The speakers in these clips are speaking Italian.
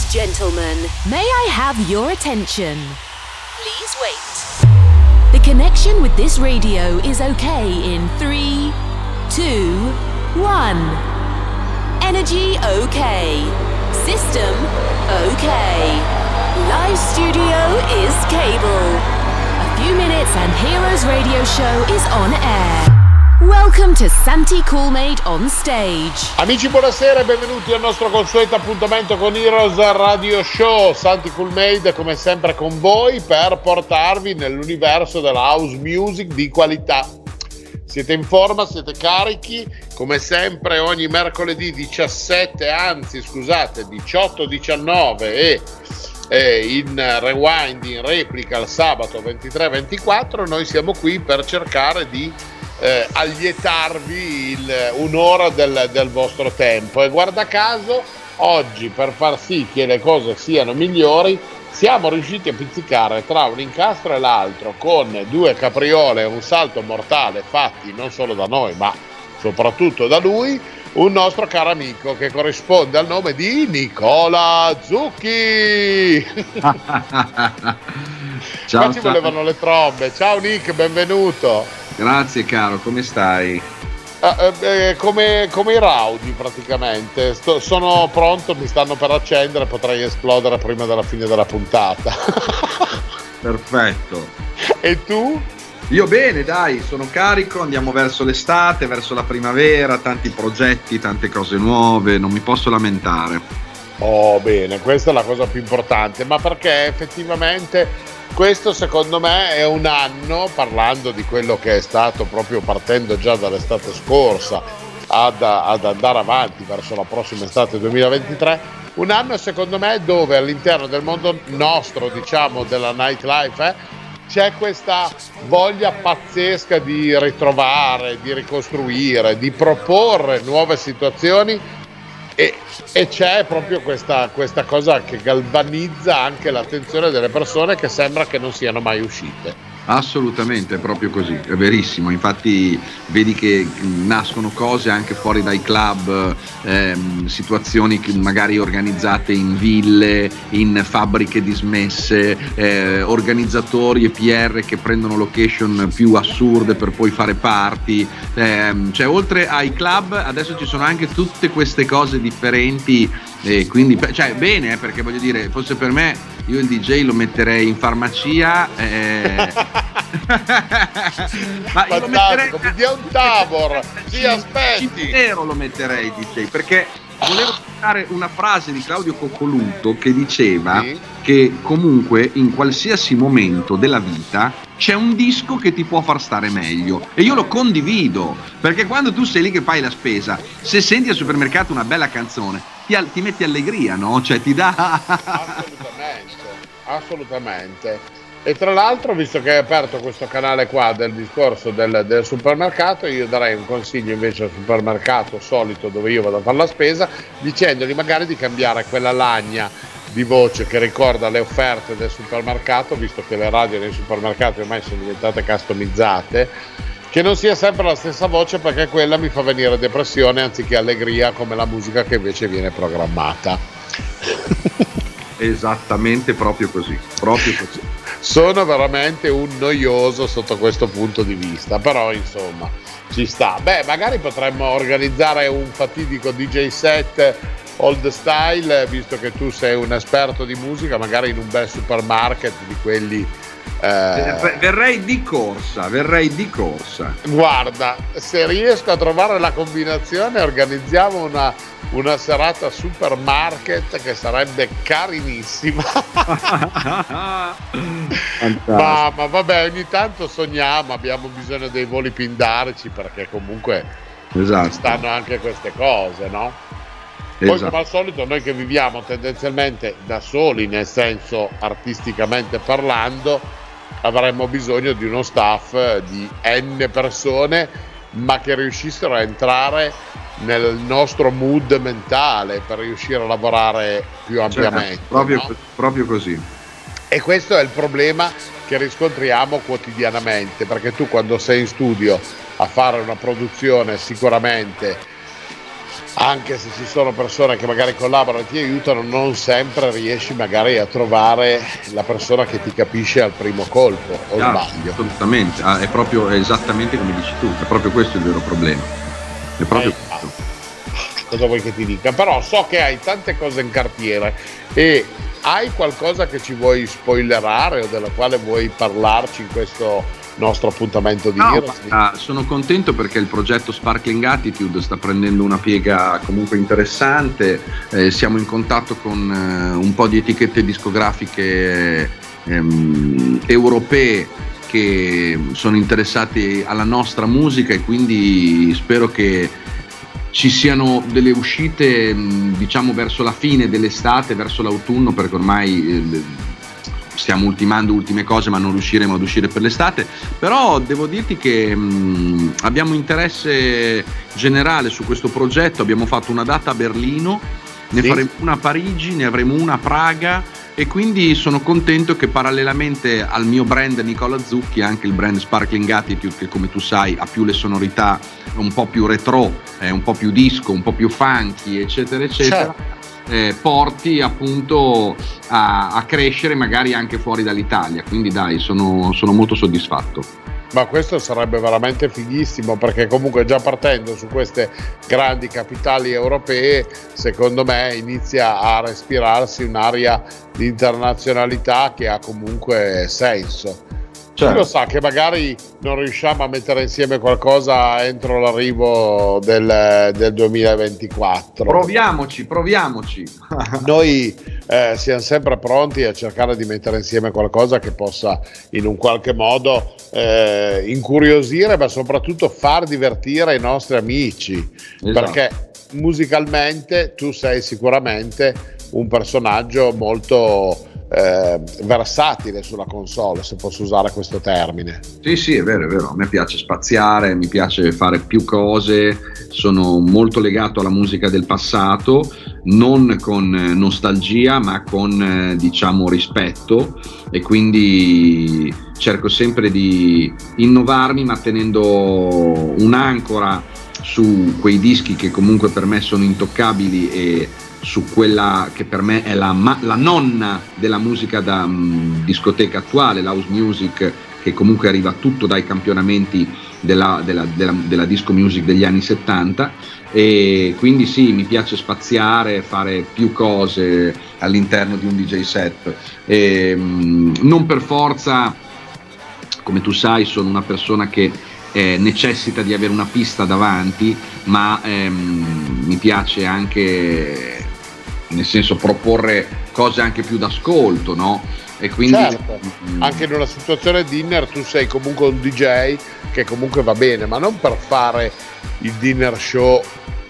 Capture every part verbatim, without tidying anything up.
Gentlemen, may I have your attention? Please wait. The connection with this radio is okay in three, two, one. Energy okay. System okay. Live studio is cable. A few minutes and Heroes Radio Show is on air. Welcome to Santi Coolmade on stage. Amici, buonasera e benvenuti al nostro consueto appuntamento con Heroes Radio Show. Santi Coolmade come sempre con voi per portarvi nell'universo della house music di qualità. Siete in forma, siete carichi, come sempre ogni mercoledì diciassette, anzi scusate diciotto diciannove e, e in rewind, in replica il sabato ventitré ventiquattro, noi siamo qui per cercare di Eh, allietarvi il, un'ora del, del vostro tempo, e guarda caso oggi, per far sì che le cose siano migliori, siamo riusciti a pizzicare tra un incastro e l'altro, con due capriole e un salto mortale fatti non solo da noi ma soprattutto da lui, un nostro caro amico che corrisponde al nome di Nicola Zucchi. Ciao, qua ci volevano le trombe. Ciao Nick, benvenuto. Grazie caro, come stai? Eh, eh, come, come i Rowdy praticamente. Sto, sono pronto, mi stanno per accendere, potrei esplodere prima della fine della puntata. Perfetto. E tu? Io bene, dai, sono carico, andiamo verso l'estate, verso la primavera, tanti progetti, tante cose nuove, non mi posso lamentare. Oh bene, questa è la cosa più importante, ma perché effettivamente questo secondo me è un anno, parlando di quello che è stato proprio partendo già dall'estate scorsa ad, ad andare avanti verso la prossima estate duemilaventitré, un anno secondo me dove all'interno del mondo nostro, diciamo, della nightlife eh, c'è questa voglia pazzesca di ritrovare, di ricostruire, di proporre nuove situazioni. E, e c'è proprio questa, questa cosa che galvanizza anche l'attenzione delle persone, che sembra che non siano mai uscite. Assolutamente, è proprio così, è verissimo. Infatti vedi che nascono cose anche fuori dai club, ehm, situazioni che magari organizzate in ville, in fabbriche dismesse, eh, organizzatori e P R che prendono location più assurde per poi fare party, ehm, cioè oltre ai club adesso ci sono anche tutte queste cose differenti, e quindi cioè bene, eh, perché voglio dire, fosse per me io il D J lo metterei in farmacia, eh... ma io lo metterei, mi dia un Tabor, sì, aspetti, intero lo metterei il D J, perché volevo citare una frase di Claudio Coccoluto che diceva sì. che comunque in qualsiasi momento della vita c'è un disco che ti può far stare meglio, e io lo condivido, perché quando tu sei lì che fai la spesa, se senti al supermercato una bella canzone ti, ti metti allegria, no? Cioè ti dà assolutamente, assolutamente. E tra l'altro, visto che hai aperto questo canale qua del discorso del, del supermercato, io darei un consiglio invece al supermercato solito dove io vado a fare la spesa, dicendogli magari di cambiare quella lagna di voce che ricorda le offerte del supermercato, visto che le radio nei supermercati ormai sono diventate customizzate, che non sia sempre la stessa voce, perché quella mi fa venire depressione anziché allegria, come la musica che invece viene programmata. Esattamente, proprio così, proprio così. Sono veramente un noioso sotto questo punto di vista, però insomma ci sta. Beh, magari potremmo organizzare un fatidico D J set old style, visto che tu sei un esperto di musica, magari in un bel supermarket di quelli eh... verrei di corsa, verrei di corsa. Guarda, se riesco a trovare la combinazione, organizziamo una, una serata supermarket che sarebbe carinissima. ma, ma vabbè, ogni tanto sogniamo, abbiamo bisogno dei voli pindarici, perché comunque esatto. ci stanno anche queste cose, no? Poi esatto. Come al solito noi che viviamo tendenzialmente da soli, nel senso artisticamente parlando, avremmo bisogno di uno staff di N persone, ma che riuscissero a entrare nel nostro mood mentale per riuscire a lavorare più ampiamente. Cioè, proprio, no? proprio così. E questo è il problema che riscontriamo quotidianamente, perché tu quando sei in studio a fare una produzione sicuramente anche se ci sono persone che magari collaborano e ti aiutano, non sempre riesci magari a trovare la persona che ti capisce al primo colpo, o Ah, sbaglio? assolutamente, ah, è proprio è esattamente come dici tu, è proprio questo il vero problema. È proprio Eh, questo. cosa vuoi che ti dica? Però so che hai tante cose in cartiere e hai qualcosa che ci vuoi spoilerare o della quale vuoi parlarci in questo nostro appuntamento di No, Heroes? ma, ah, sono contento perché il progetto Sparkling Attitude sta prendendo una piega comunque interessante, eh, siamo in contatto con eh, un po' di etichette discografiche ehm, europee che sono interessati alla nostra musica e quindi spero che ci siano delle uscite mh, diciamo verso la fine dell'estate, verso l'autunno, perché ormai eh, stiamo ultimando ultime cose ma non riusciremo ad uscire per l'estate. Però devo dirti che mh, abbiamo interesse generale su questo progetto, abbiamo fatto una data a Berlino, ne Sì. faremo una a Parigi, ne avremo una a Praga e quindi sono contento che parallelamente al mio brand Nicola Zucchi, anche il brand Sparkling Attitude, che come tu sai ha più le sonorità un po' più retro, eh, un po' più disco, un po' più funky, eccetera eccetera, eh, porti appunto a, a crescere magari anche fuori dall'Italia. Quindi dai, sono, sono molto soddisfatto. Ma questo sarebbe veramente fighissimo, perché comunque già partendo su queste grandi capitali europee, secondo me inizia a respirarsi un'aria di internazionalità che ha comunque senso. Chi lo sa che magari non riusciamo a mettere insieme qualcosa entro l'arrivo del, del duemilaventiquattro. Proviamoci, proviamoci. Noi eh, siamo sempre pronti a cercare di mettere insieme qualcosa che possa in un qualche modo eh, incuriosire, ma soprattutto far divertire i nostri amici. Esatto. Perché musicalmente tu sei sicuramente un personaggio molto eh, versatile sulla console, se posso usare questo termine. Sì, sì, è vero, è vero. A me piace spaziare, mi piace fare più cose, sono molto legato alla musica del passato, non con eh, nostalgia, ma con eh, diciamo rispetto, e quindi cerco sempre di innovarmi, ma tenendo un'ancora su quei dischi che comunque per me sono intoccabili e su quella che per me è la, ma- la nonna della musica da um, discoteca attuale, l'house music, che comunque arriva tutto dai campionamenti della, della, della, della disco music degli anni settanta. E quindi sì, mi piace spaziare, fare più cose all'interno di un D J set e, um, non per forza, come tu sai, sono una persona che eh, necessita di avere una pista davanti, ma ehm, mi piace anche, nel senso, proporre cose anche più d'ascolto, no? E quindi certo, anche in una situazione dinner tu sei comunque un D J che comunque va bene, ma non per fare il dinner show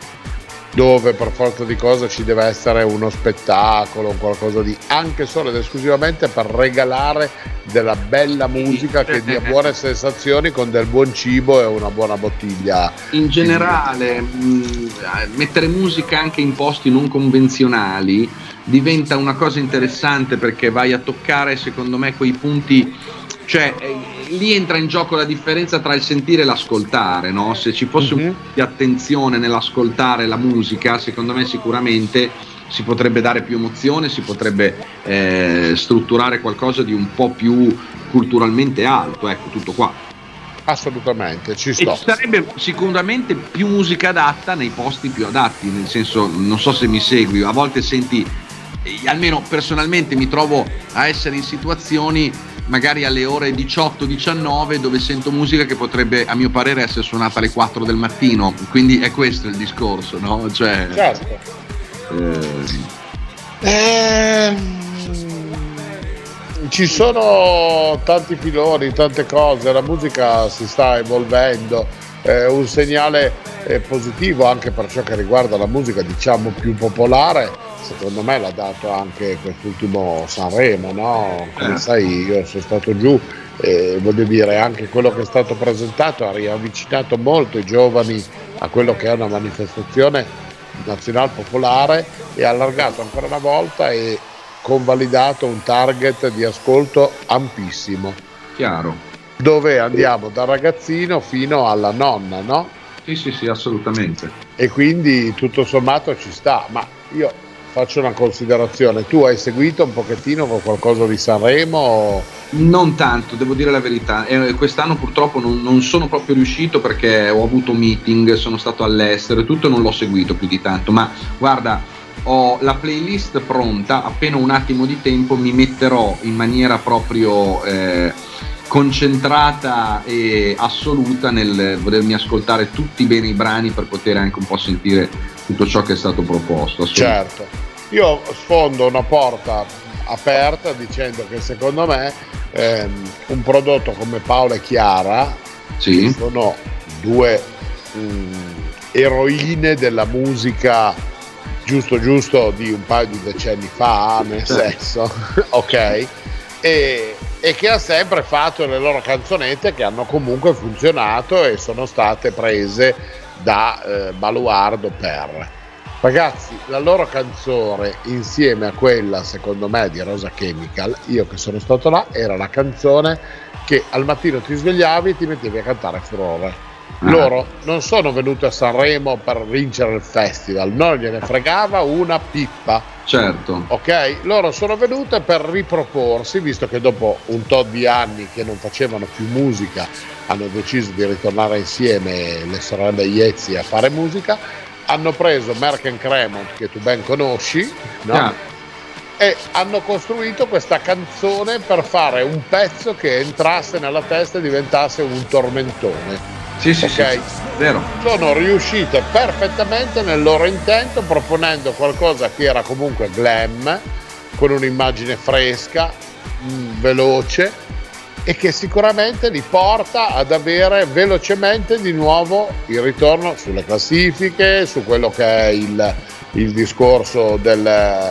dove per forza di cose ci deve essere uno spettacolo, qualcosa di, anche solo ed esclusivamente per regalare della bella musica che dia buone sensazioni con del buon cibo e una buona bottiglia. In generale mh, mettere musica anche in posti non convenzionali diventa una cosa interessante, perché vai a toccare, secondo me, quei punti, cioè eh, lì entra in gioco la differenza tra il sentire e l'ascoltare, no? Se ci fosse Mhm. un po' di attenzione nell'ascoltare la musica, secondo me sicuramente si potrebbe dare più emozione, si potrebbe eh, strutturare qualcosa di un po' più culturalmente alto, ecco, tutto qua. Assolutamente, ci E sto. ci sarebbe sicuramente più musica adatta nei posti più adatti, nel senso, non so se mi segui, a volte senti, eh, almeno personalmente mi trovo a essere in situazioni magari alle ore diciotto diciannove dove sento musica che potrebbe, a mio parere, essere suonata alle quattro del mattino, quindi è questo il discorso, no? Cioè, Certo. eh, Ehm, ci sono tanti filoni, tante cose, la musica si sta evolvendo, è un segnale eh, positivo anche per ciò che riguarda la musica, diciamo, più popolare. Secondo me l'ha dato anche quest'ultimo Sanremo, no? Come Eh. sai, io sono stato giù e voglio dire, anche quello che è stato presentato ha riavvicinato molto i giovani a quello che è una manifestazione nazional popolare e ha allargato ancora una volta e convalidato un target di ascolto ampissimo, chiaro. dove andiamo dal ragazzino fino alla nonna, no? Sì, sì, sì, assolutamente. E quindi tutto sommato ci sta, ma io faccio una considerazione, tu hai seguito un pochettino con qualcosa di Sanremo? Non tanto, devo dire la verità, eh, quest'anno purtroppo non, non sono proprio riuscito perché ho avuto meeting, sono stato all'estero e tutto, non l'ho seguito più di tanto, ma guarda, ho la playlist pronta, appena un attimo di tempo mi metterò in maniera proprio eh, concentrata e assoluta nel volermi ascoltare tutti bene i brani per poter anche un po' sentire tutto ciò che è stato proposto. Certo, io sfondo una porta aperta dicendo che secondo me ehm, un prodotto come Paola e Chiara, sì, che sono due mh, eroine della musica giusto giusto di un paio di decenni fa, nel certo. senso, ok, e, e che ha sempre fatto le loro canzonette che hanno comunque funzionato e sono state prese da eh, baluardo per. Ragazzi, la loro canzone insieme a quella secondo me di Rosa Chemical, io che sono stato là, era la canzone che al mattino ti svegliavi e ti mettevi a cantare Furore. Loro non sono venuti a Sanremo per vincere il festival, non gliene fregava una pippa. Certo. Ok? Loro sono venute per riproporsi, visto che dopo un tot di anni che non facevano più musica hanno deciso di ritornare insieme le sorelle Iezzi a fare musica. Hanno preso Merck and Cremont, che tu ben conosci, no? Yeah. E hanno costruito questa canzone per fare un pezzo che entrasse nella testa e diventasse un tormentone. Sì, sì, okay? Sì, vero. Sono riuscite perfettamente nel loro intento, proponendo qualcosa che era comunque glam, con un'immagine fresca, mh, veloce, e che sicuramente li porta ad avere velocemente di nuovo il ritorno sulle classifiche, su quello che è il, il discorso del,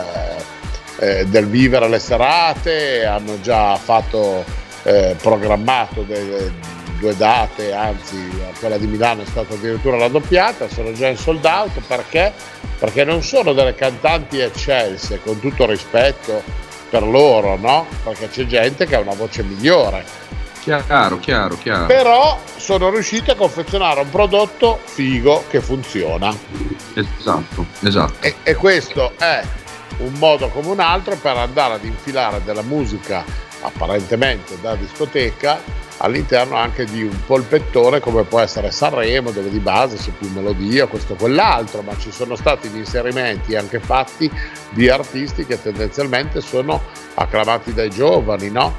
eh, del vivere le serate. Hanno già fatto eh, programmato delle due date, anzi quella di Milano è stata addirittura raddoppiata, sono già in sold out. Perché? Perché non sono delle cantanti eccelse, con tutto rispetto per loro, no? Perché c'è gente che ha una voce migliore. Chiaro, chiaro, chiaro. Però sono riusciti a confezionare un prodotto figo che funziona. Esatto, esatto. E, e questo è un modo come un altro per andare ad infilare della musica apparentemente da discoteca all'interno anche di un polpettone come può essere Sanremo, dove di base c'è più melodia, questo o quell'altro, ma ci sono stati gli inserimenti anche fatti di artisti che tendenzialmente sono acclamati dai giovani, no?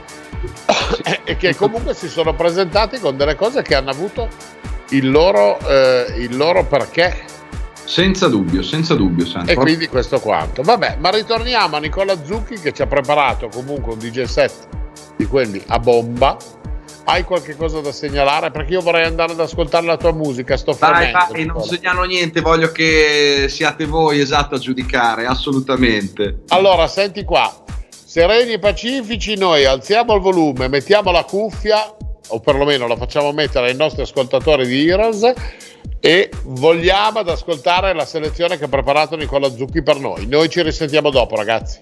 E che comunque si sono presentati con delle cose che hanno avuto il loro, eh, il loro perché. Senza dubbio, senza dubbio, Sandro. E quindi questo quanto. Vabbè, ma ritorniamo a Nicola Zucchi, che ci ha preparato comunque un D J set di quelli a bomba. Hai qualche cosa da segnalare? Perché io vorrei andare ad ascoltare la tua musica, sto Vai, vai, non segnalo niente, voglio che siate voi, esatto, a giudicare, assolutamente. Allora, senti qua, sereni e pacifici, noi alziamo il volume, mettiamo la cuffia, o perlomeno la facciamo mettere ai nostri ascoltatori di Heroes, e vogliamo ad ascoltare la selezione che ha preparato Nicola Zucchi per noi. Noi ci risentiamo dopo, ragazzi.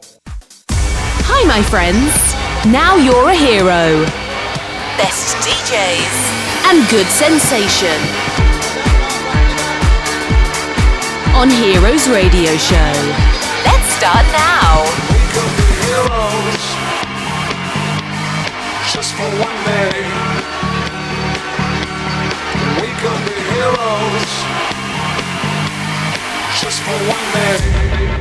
Hi my friends, now you're a hero. Best D Js and good sensation on Heroes Radio Show. Let's start now. We could be heroes just for one day. We could be heroes just for one day.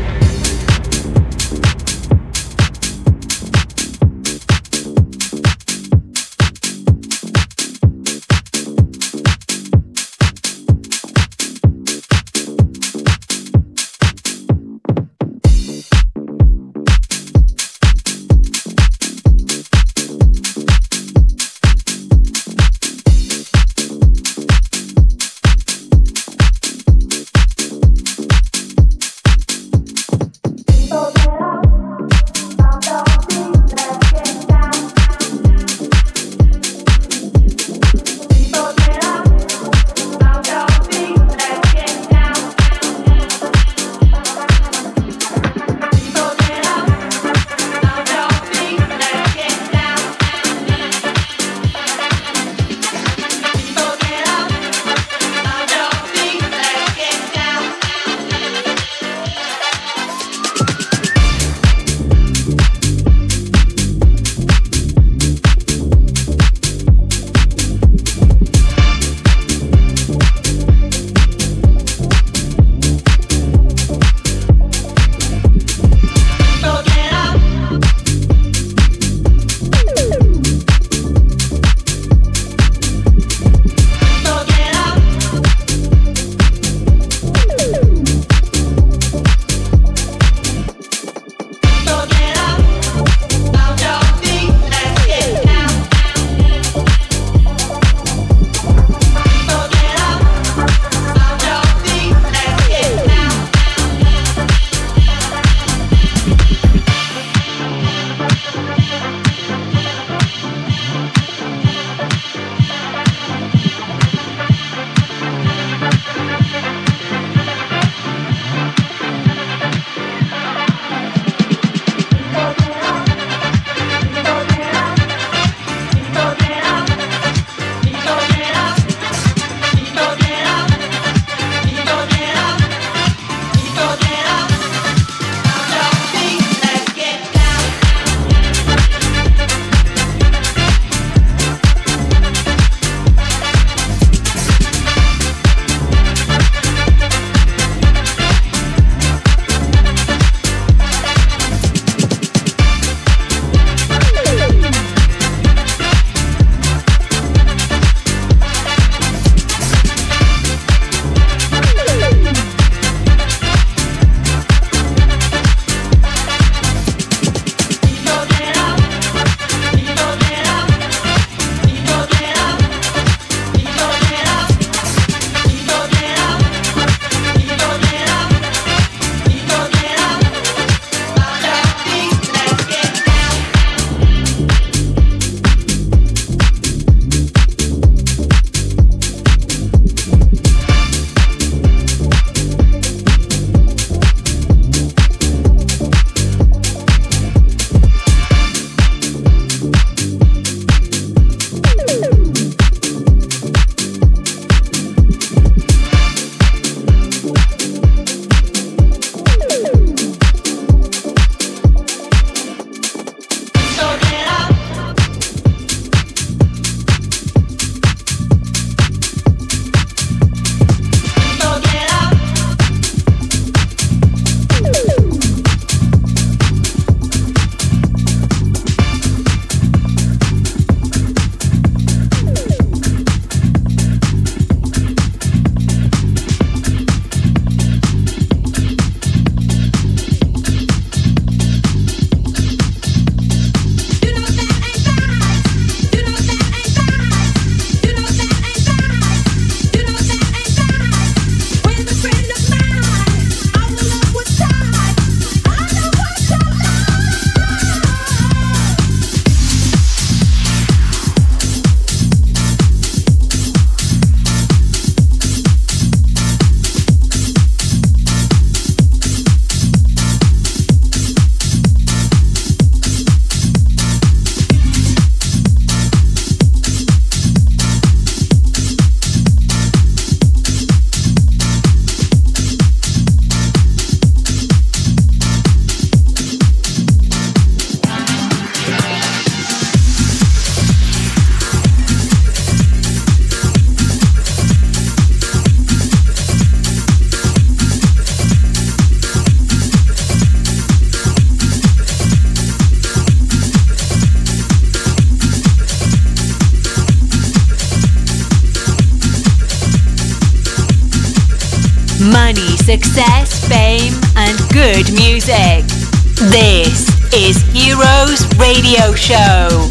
money, success, fame, and good music. This is Heroes Radio Show.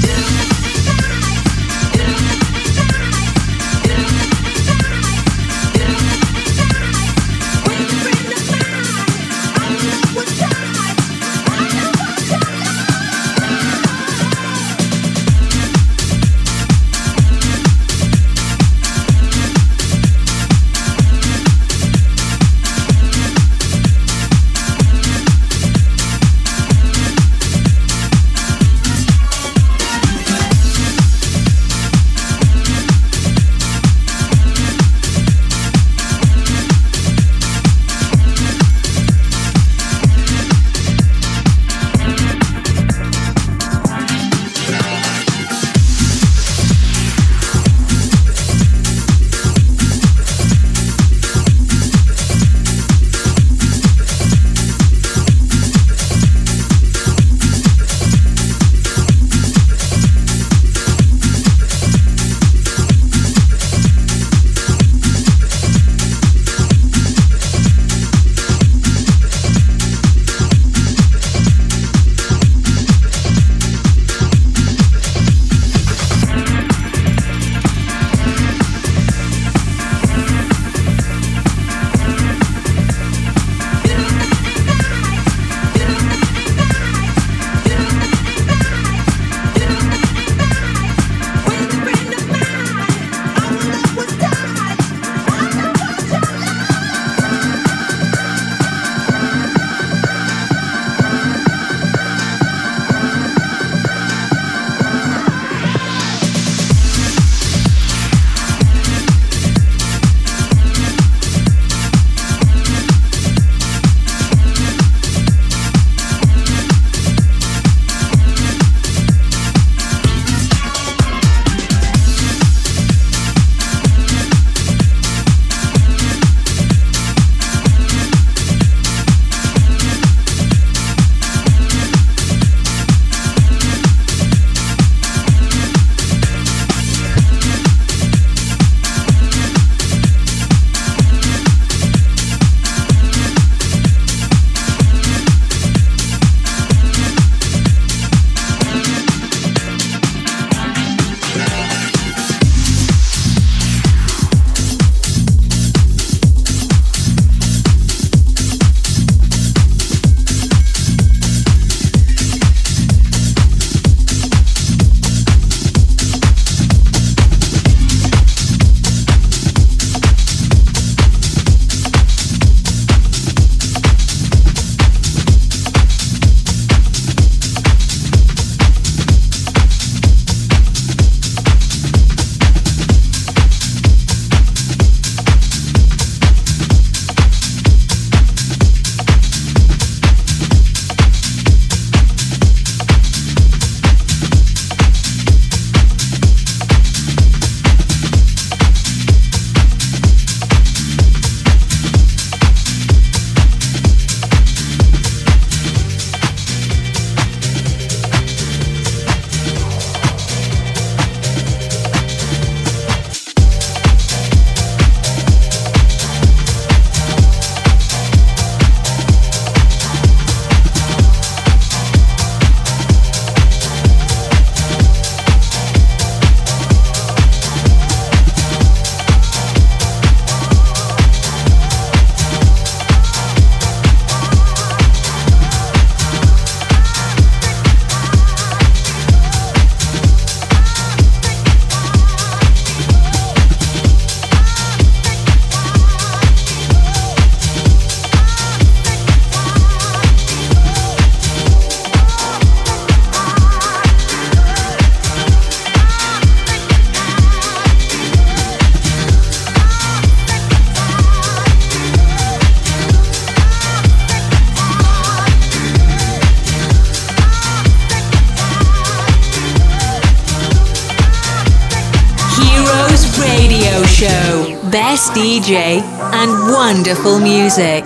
Show, best D J and wonderful music.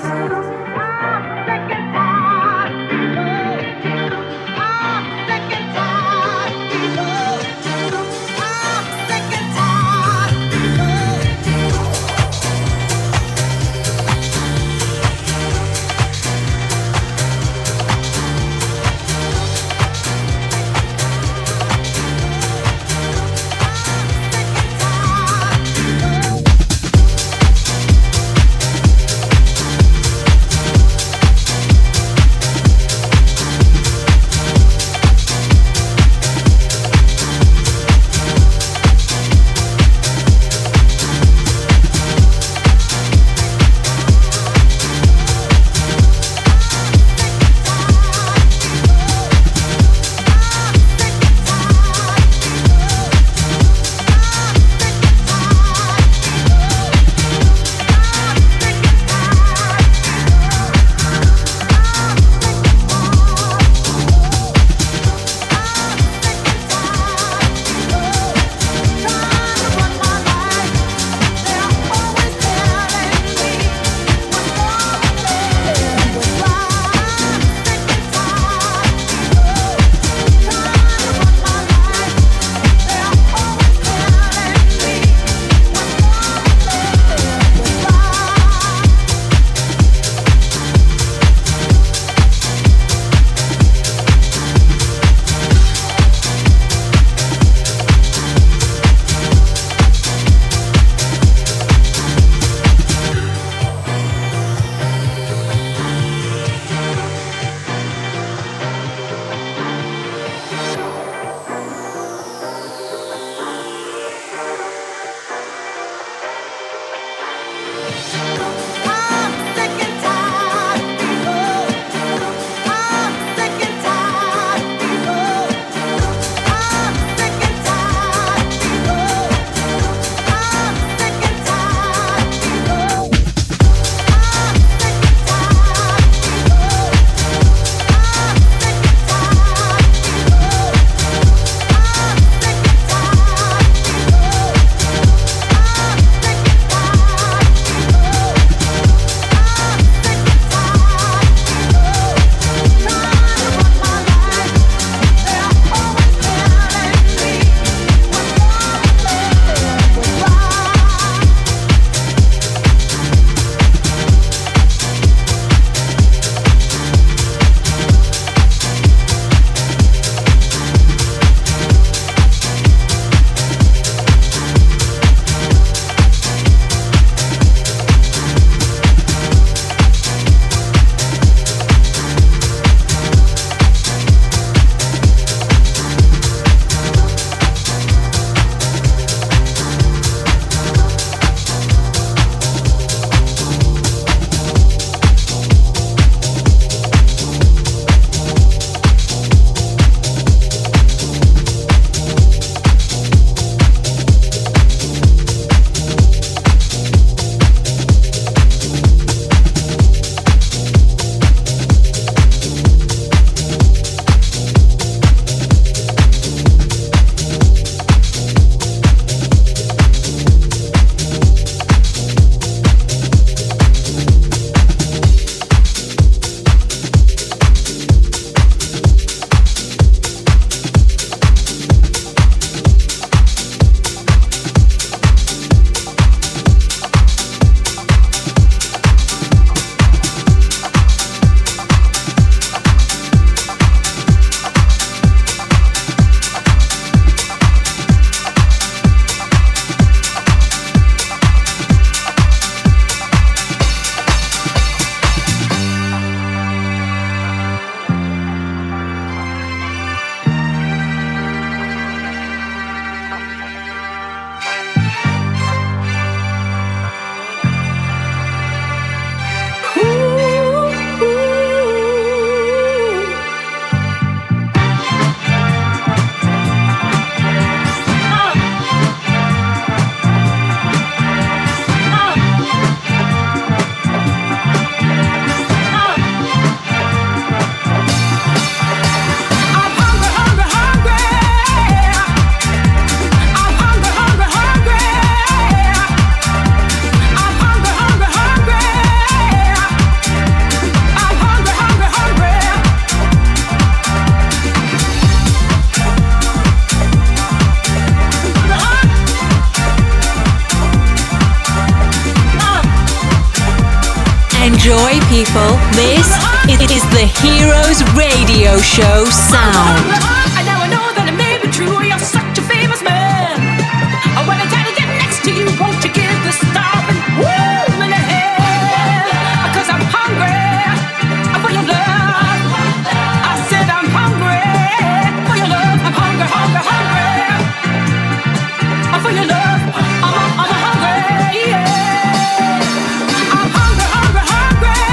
Enjoy, people. This is the Heroes Radio Show sound. I now know that it may be true. You're such a famous man. When I try to get next to you, won't you give the starving woman a hand? 'Cause I'm hungry for your love. I said I'm hungry for your love. I'm hungry, hungry, hungry for your love. I'm, I'm hungry, yeah. I'm hungry, hungry, hungry.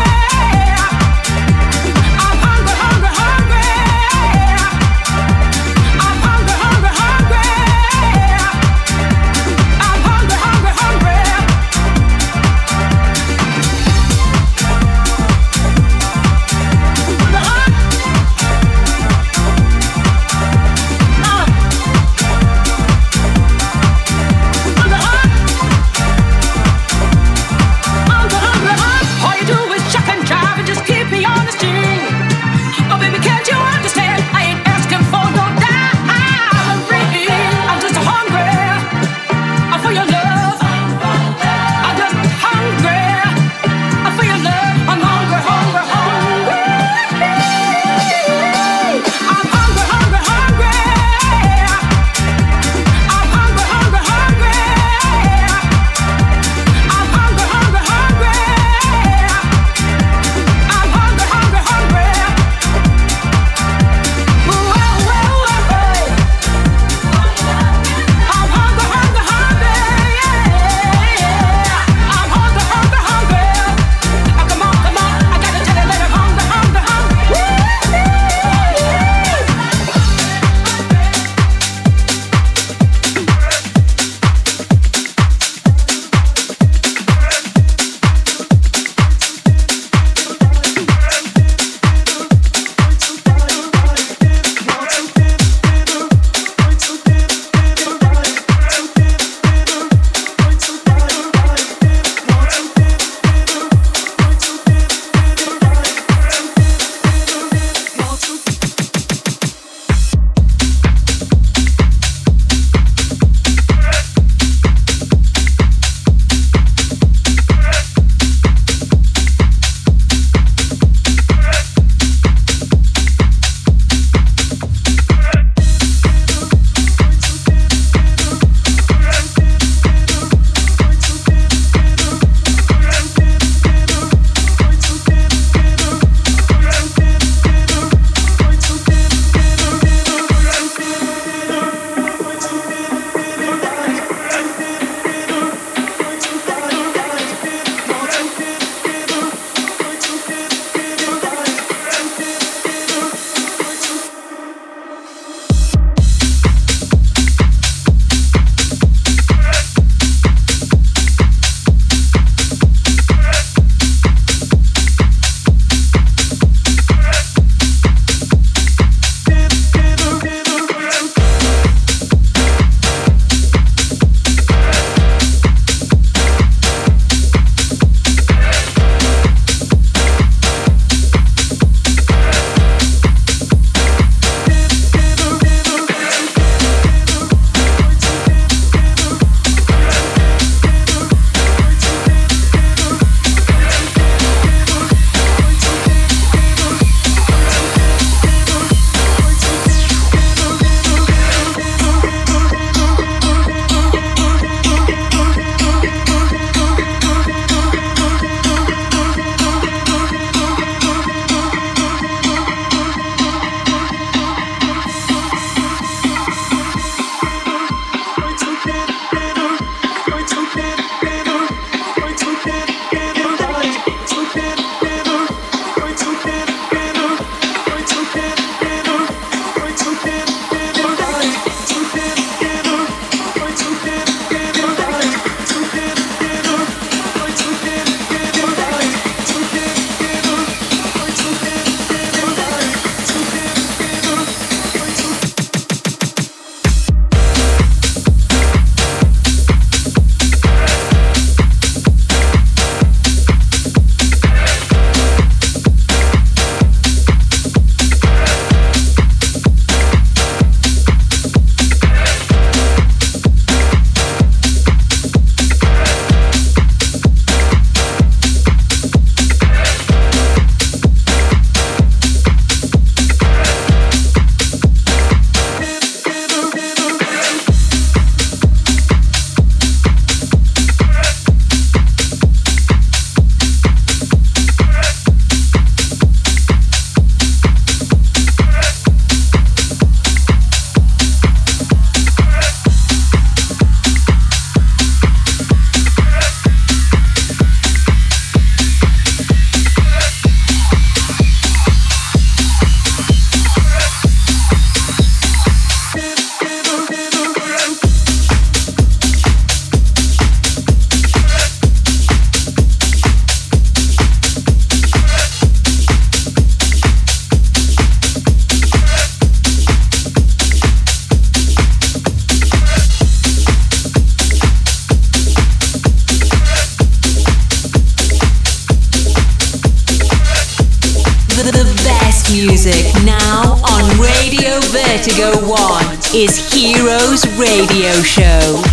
I'm hungry, hungry, hungry. I'm hungry, hungry, hungry. I'm hungry, hungry, hungry. music now on Radio Vertigo One is Heroes Radio Show.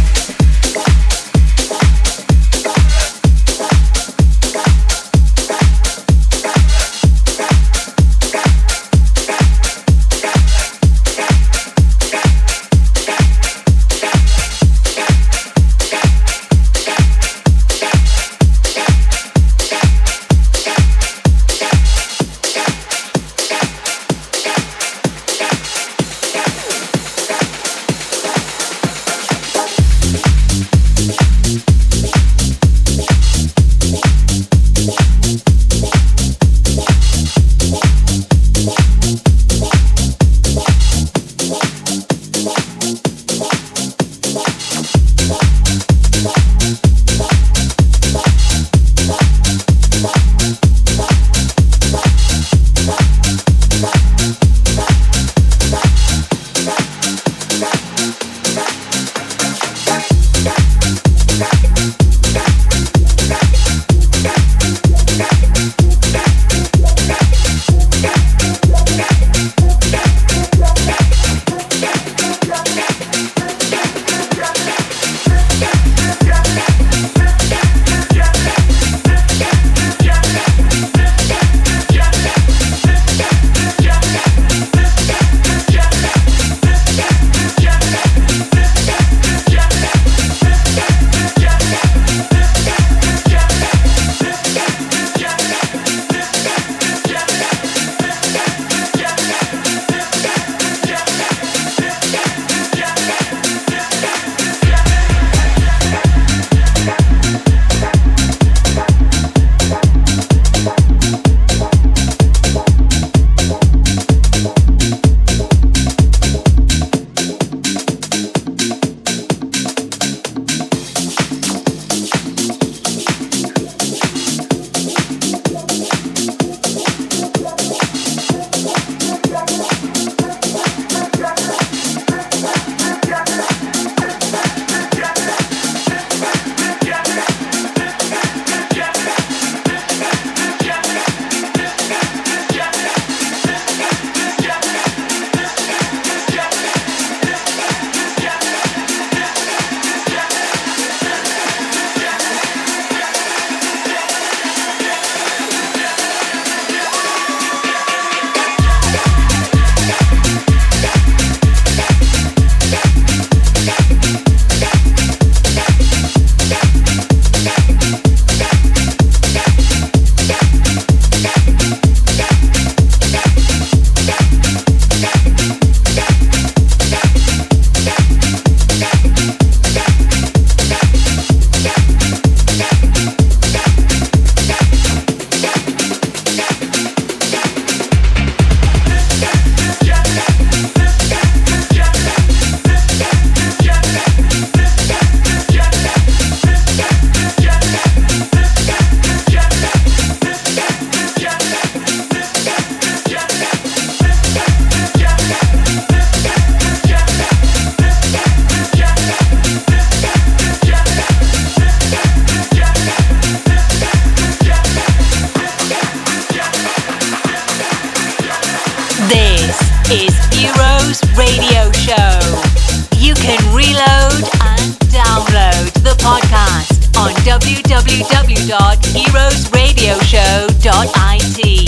w w w dot heroes radio show dot i t.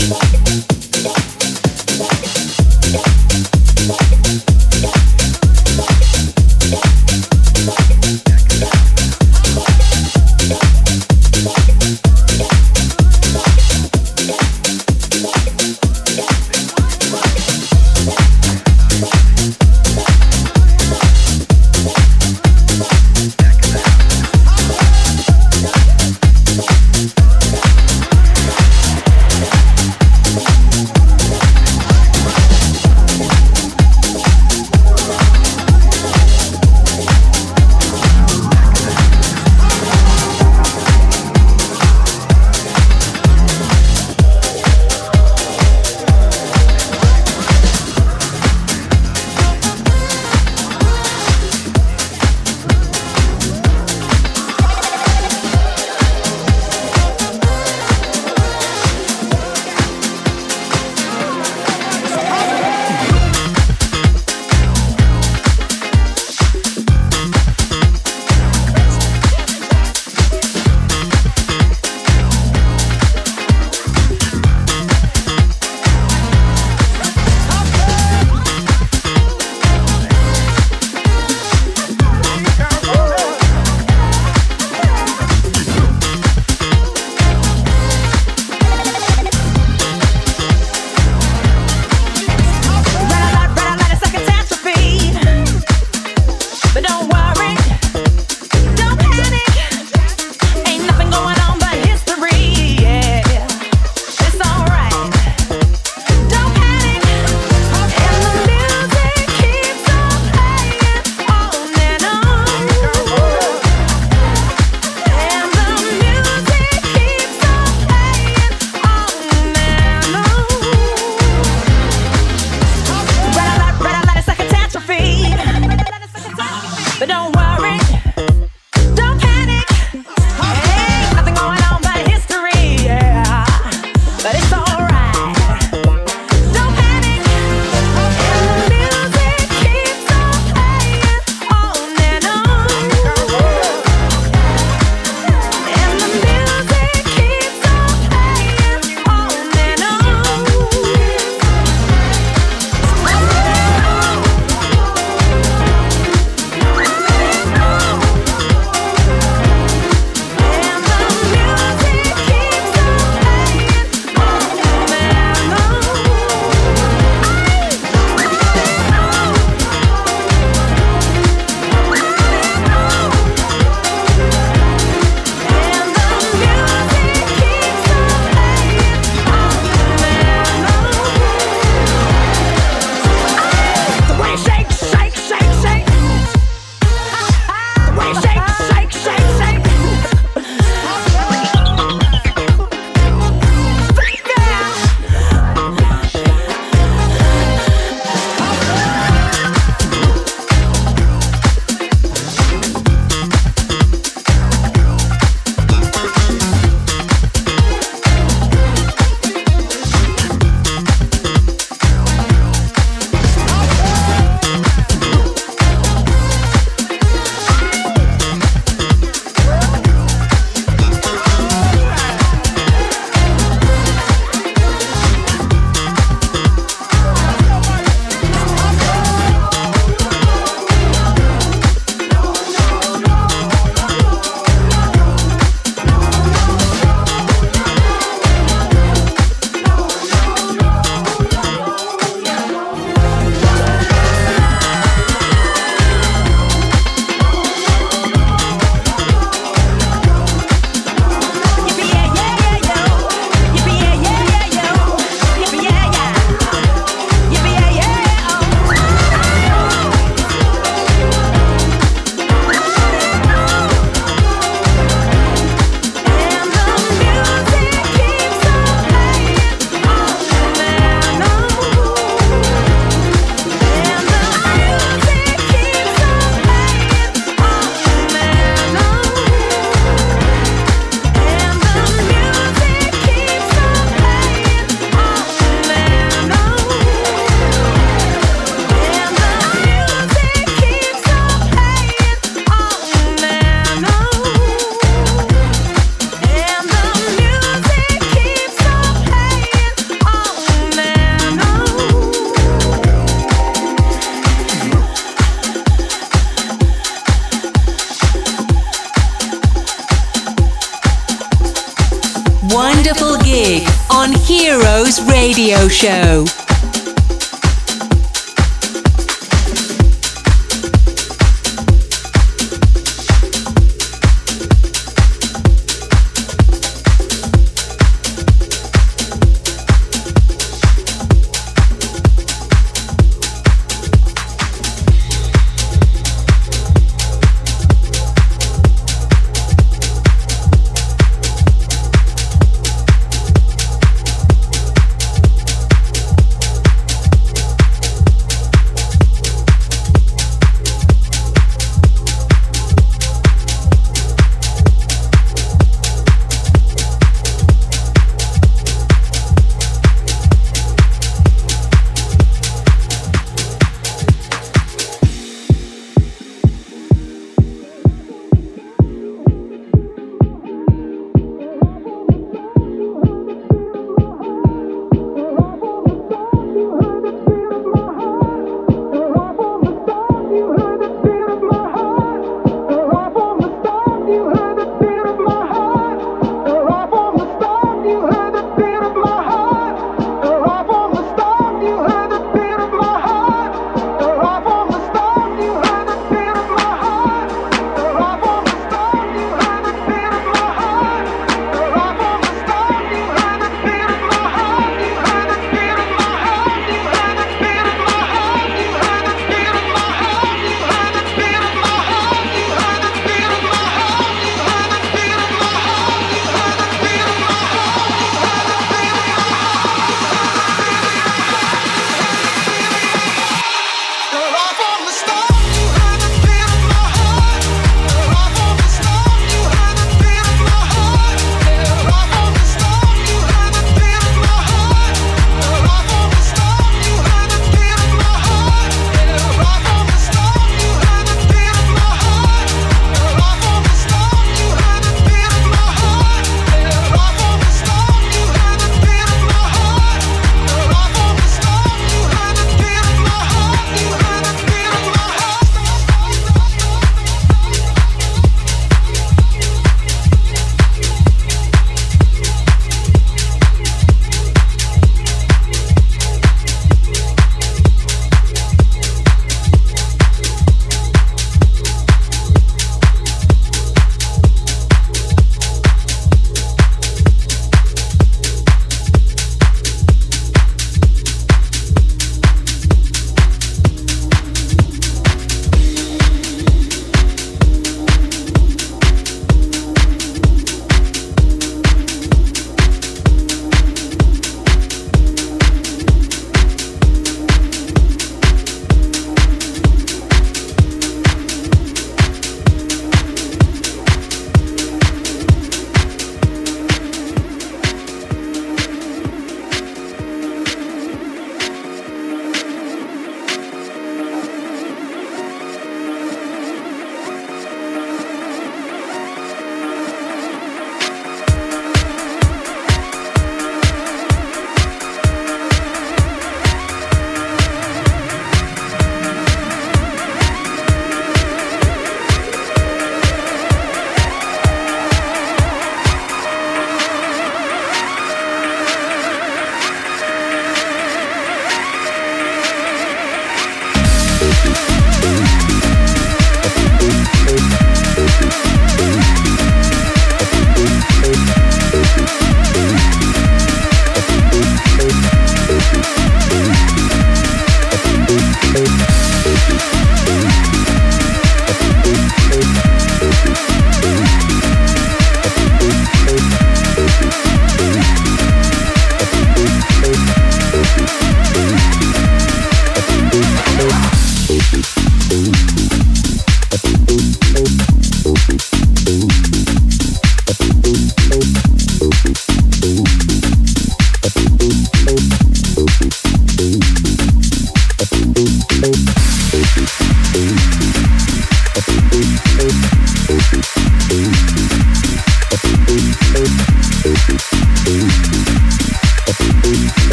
Radio Show.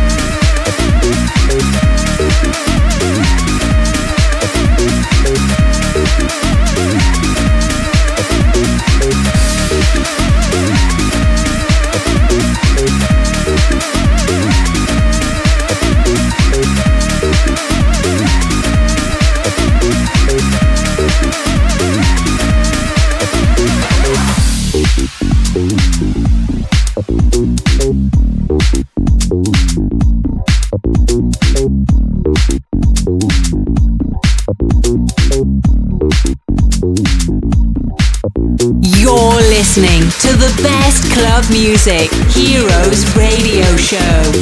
We'll be right back. You're listening to the best club music, Heroes Radio Show.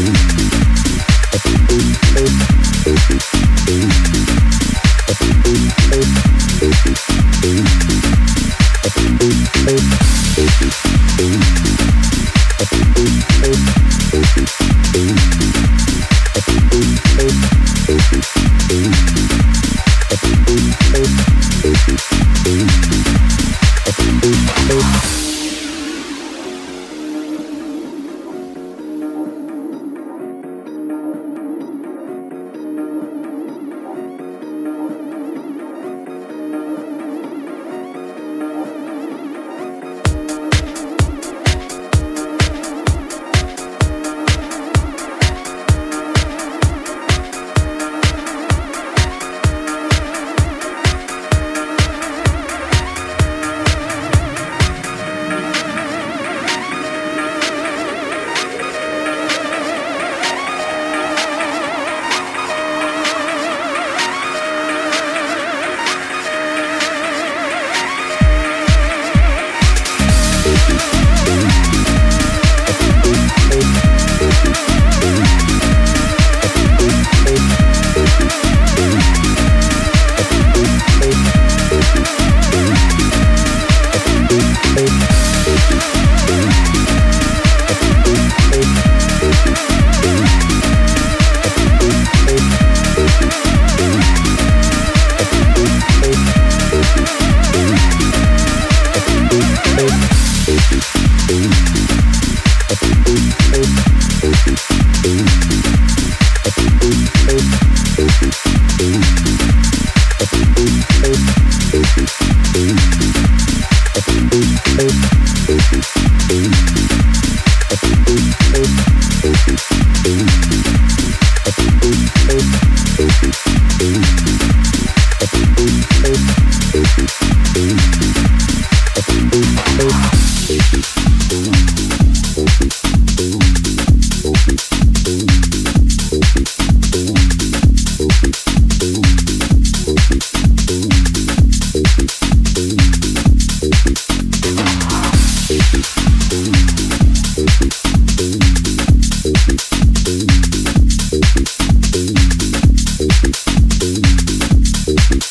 We'll be right back.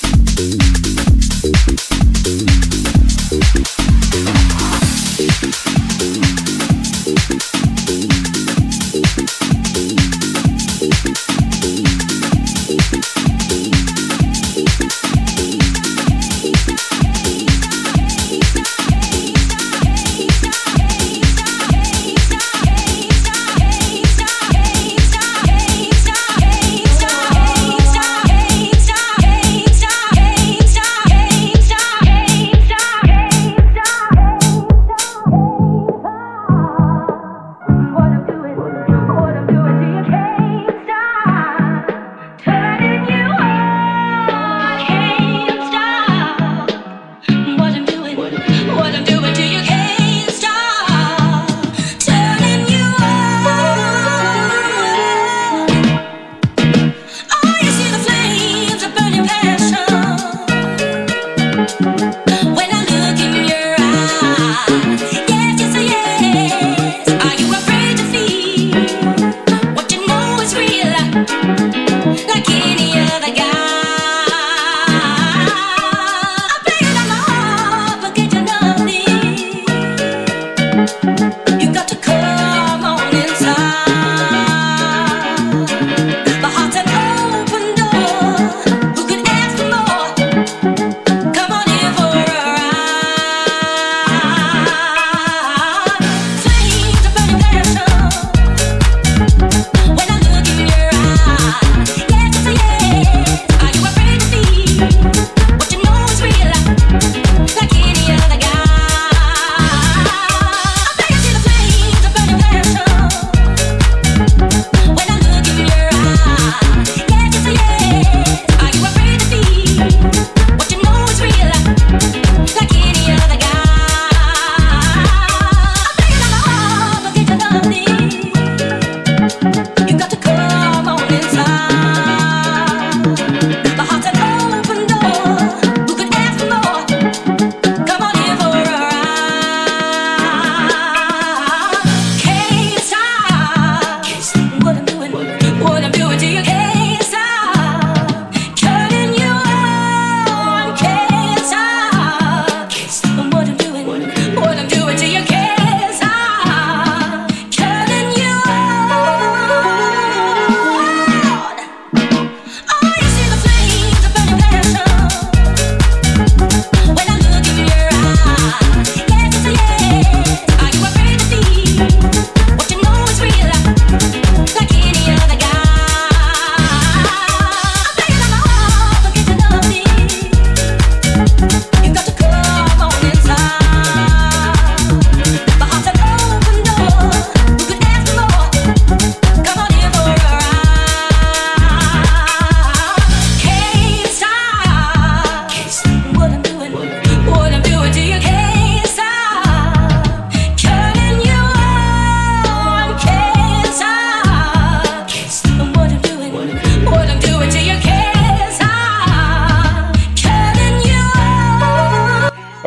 We'll be right back.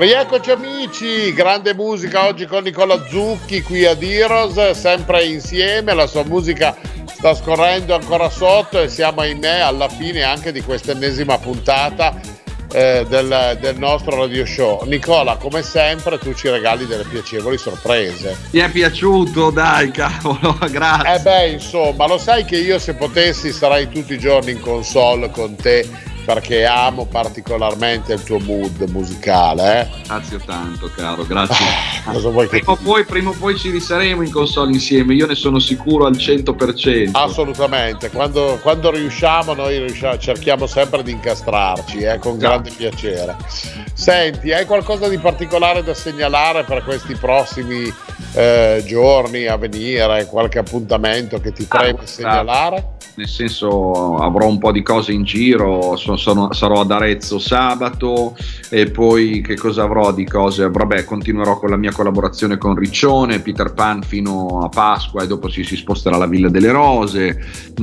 Rieccoci amici, grande musica oggi con Nicola Zucchi qui ad Heroes, sempre insieme, la sua musica sta scorrendo ancora sotto e siamo ahimè alla fine anche di questa ennesima puntata eh, del, del nostro radio show. Nicola, come sempre tu ci regali delle piacevoli sorprese. Ti è piaciuto? Dai, cavolo, grazie. Eh beh, insomma, lo sai che io se potessi sarei tutti i giorni in console con te, perché amo particolarmente il tuo mood musicale. Eh? Grazie tanto, caro, grazie. Cosa vuoi che prima, o poi, prima o poi ci risaremo in console insieme, io ne sono sicuro al cento per cento. Assolutamente, quando, quando riusciamo noi riusciamo, cerchiamo sempre di incastrarci, eh, con grande no. piacere. Senti, hai qualcosa di particolare da segnalare per questi prossimi eh, giorni a venire? Qualche appuntamento che ti preme ah, segnalare? Nel senso, avrò un po' di cose in giro, sono, sono, sarò ad Arezzo sabato e poi che cosa avrò di cose? Vabbè, continuerò con la mia collaborazione con Riccione, Peter Pan fino a Pasqua e dopo si, si sposterà alla Villa delle Rose.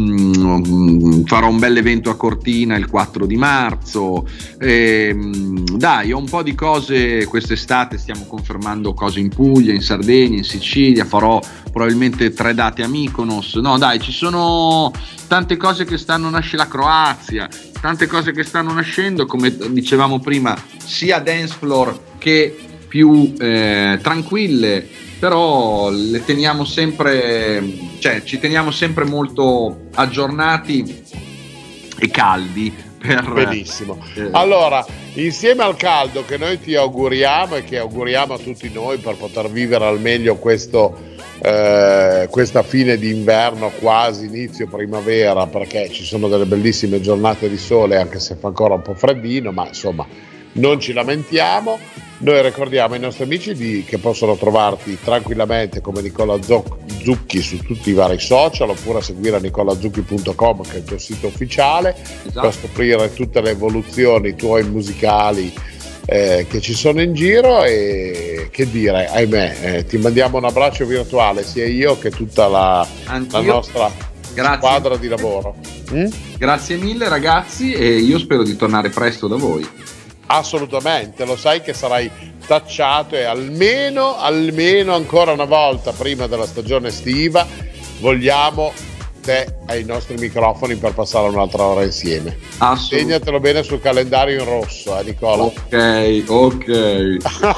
Mm, farò un bel evento a Cortina il quattro di marzo. E, dai, ho un po' di cose quest'estate, stiamo confermando cose in Puglia, in Sardegna, in Sicilia, farò probabilmente tre date a Mykonos. No dai, ci sono tante cose che stanno nascendo, la Croazia, tante cose che stanno nascendo, come dicevamo prima, sia dance floor che più eh, tranquille, però le teniamo sempre, cioè ci teniamo sempre molto aggiornati e caldi. Per, Benissimo. Eh, allora, insieme al caldo che noi ti auguriamo e che auguriamo a tutti noi per poter vivere al meglio questo Eh, questa fine d'inverno, quasi inizio primavera, perché ci sono delle bellissime giornate di sole anche se fa ancora un po' freddino, ma insomma non ci lamentiamo. Noi ricordiamo ai nostri amici di, che possono trovarti tranquillamente come Nicola Zucchi su tutti i vari social, oppure a seguire nicolazucchi punto com che è il tuo sito ufficiale, esatto, per scoprire tutte le evoluzioni tuoi musicali Eh, che ci sono in giro. E che dire, ahimè, eh, ti mandiamo un abbraccio virtuale sia io che tutta la, la nostra Grazie. squadra di lavoro. Mm? Grazie mille ragazzi e io spero di tornare presto da voi. Assolutamente, lo sai che sarai tacciato e almeno almeno ancora una volta prima della stagione estiva vogliamo te ai nostri microfoni per passare un'altra ora insieme. Segnatelo bene sul calendario in rosso, eh Nicola. Ok, ok.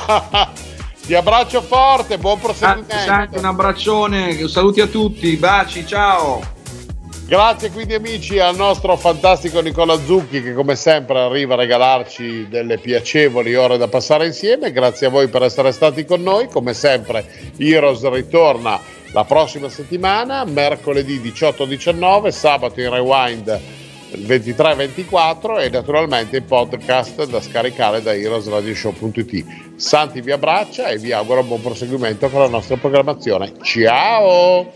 Ti abbraccio forte, buon proseguimento. Senti, un abbraccione, saluti a tutti, baci, ciao. Grazie quindi amici al nostro fantastico Nicola Zucchi che come sempre arriva a regalarci delle piacevoli ore da passare insieme. Grazie a voi per essere stati con noi, come sempre Heroes ritorna la prossima settimana, mercoledì diciotto diciannove, sabato in rewind ventitré ventiquattro e naturalmente in podcast da scaricare da heroes radio show punto it. Santi vi abbraccia e vi auguro buon proseguimento con la nostra programmazione. Ciao!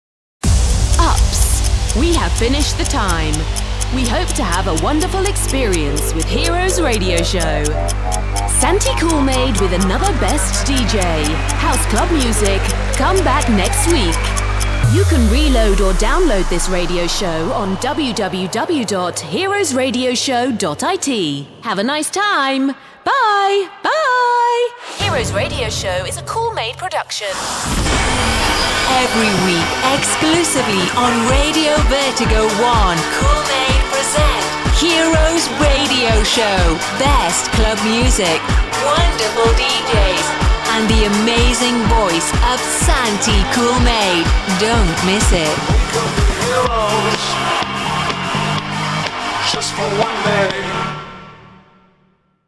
Ups, we have finished the time. We hope to have a wonderful experience with Heroes Radio Show. Santi Coolmade with another best D J. House club music. Come back next week. You can reload or download this radio show on w w w dot heroes radio show dot i t. Have a nice time. Bye. Bye. Heroes Radio Show is a Coolmade production. Every week, exclusively on Radio Vertigo One, Coolmade present Heroes Radio Show. Best club music, wonderful D Js, and the amazing voice of Santi Coolmade. Don't miss it. We could be heroes just for one day.